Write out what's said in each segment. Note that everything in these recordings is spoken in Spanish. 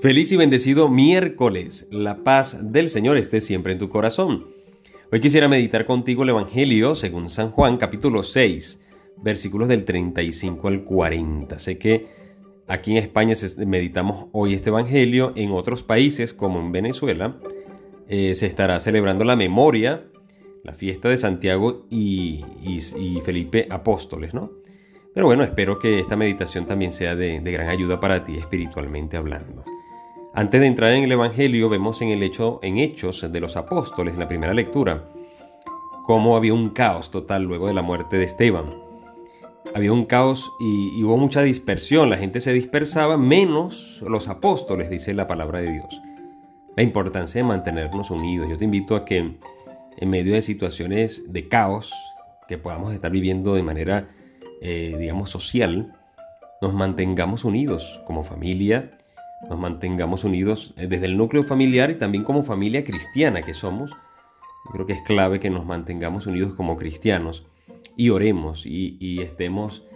Feliz y bendecido miércoles. La paz del Señor esté siempre en tu corazón. Hoy quisiera meditar contigo el Evangelio según San Juan, capítulo 6, versículos del 35 al 40. Sé que aquí en España meditamos hoy este Evangelio. En otros países, como en Venezuela, se estará celebrando la memoria, la fiesta de Santiago y Felipe apóstoles, ¿no? Pero bueno, espero que esta meditación también sea de gran ayuda para ti espiritualmente hablando. Antes de entrar en el Evangelio, vemos en Hechos de los Apóstoles, en la primera lectura, cómo había un caos total luego de la muerte de Esteban. Había un caos y hubo mucha dispersión, la gente se dispersaba, menos los apóstoles, dice la palabra de Dios. La importancia de mantenernos unidos. Yo te invito a que en medio de situaciones de caos que podamos estar viviendo de manera, social, nos mantengamos unidos como familia, nos mantengamos unidos desde el núcleo familiar y también como familia cristiana que somos. Yo creo que es clave que nos mantengamos unidos como cristianos y oremos y estemos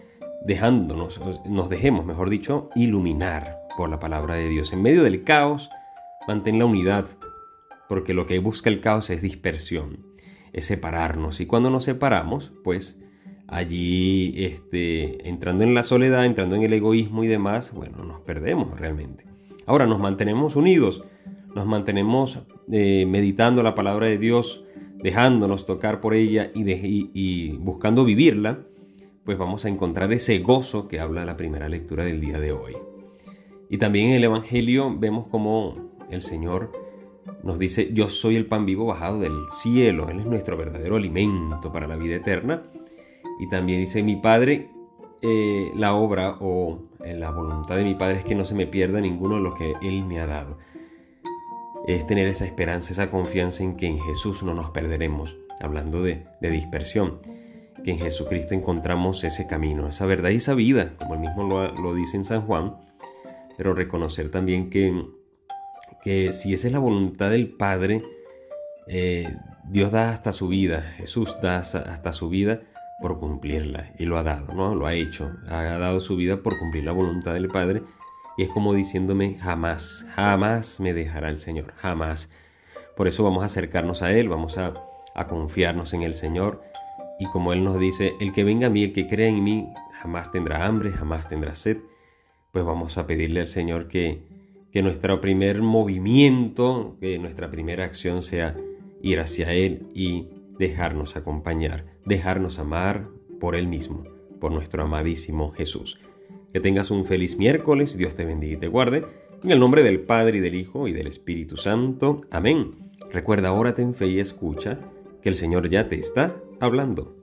nos dejemos, mejor dicho, iluminar por la palabra de Dios. En medio del caos, mantén la unidad, porque lo que busca el caos es dispersión, es separarnos. Y cuando nos separamos, pues allí, entrando en la soledad, entrando en el egoísmo y demás, bueno, nos perdemos realmente. Ahora nos mantenemos unidos, nos mantenemos meditando la palabra de Dios, dejándonos tocar por ella y buscando vivirla, pues vamos a encontrar ese gozo que habla la primera lectura del día de hoy. Y también en el Evangelio vemos cómo el Señor nos dice: yo soy el pan vivo bajado del cielo. Él es nuestro verdadero alimento para la vida eterna. Y también dice: mi Padre, la obra o la voluntad de mi Padre es que no se me pierda ninguno de los que Él me ha dado. Es tener esa esperanza, esa confianza en que en Jesús no nos perderemos. Hablando de dispersión, que en Jesucristo encontramos ese camino, esa verdad y esa vida, como Él mismo lo dice en San Juan. Pero reconocer también que si esa es la voluntad del Padre, Dios da hasta su vida, Jesús da hasta su vida por cumplirla, y lo ha dado, ¿no? Lo ha hecho, ha dado su vida por cumplir la voluntad del Padre, y es como diciéndome: jamás, jamás me dejará el Señor, jamás. Por eso vamos a acercarnos a Él, vamos a confiarnos en el Señor, y como Él nos dice: el que venga a mí, el que crea en mí, jamás tendrá hambre, jamás tendrá sed. Pues vamos a pedirle al Señor que nuestro primer movimiento, que nuestra primera acción sea ir hacia Él y dejarnos acompañar, dejarnos amar por Él mismo, por nuestro amadísimo Jesús. Que tengas un feliz miércoles, Dios te bendiga y te guarde, en el nombre del Padre y del Hijo y del Espíritu Santo. Amén. Recuerda, órate en fe y escucha, que el Señor ya te está hablando.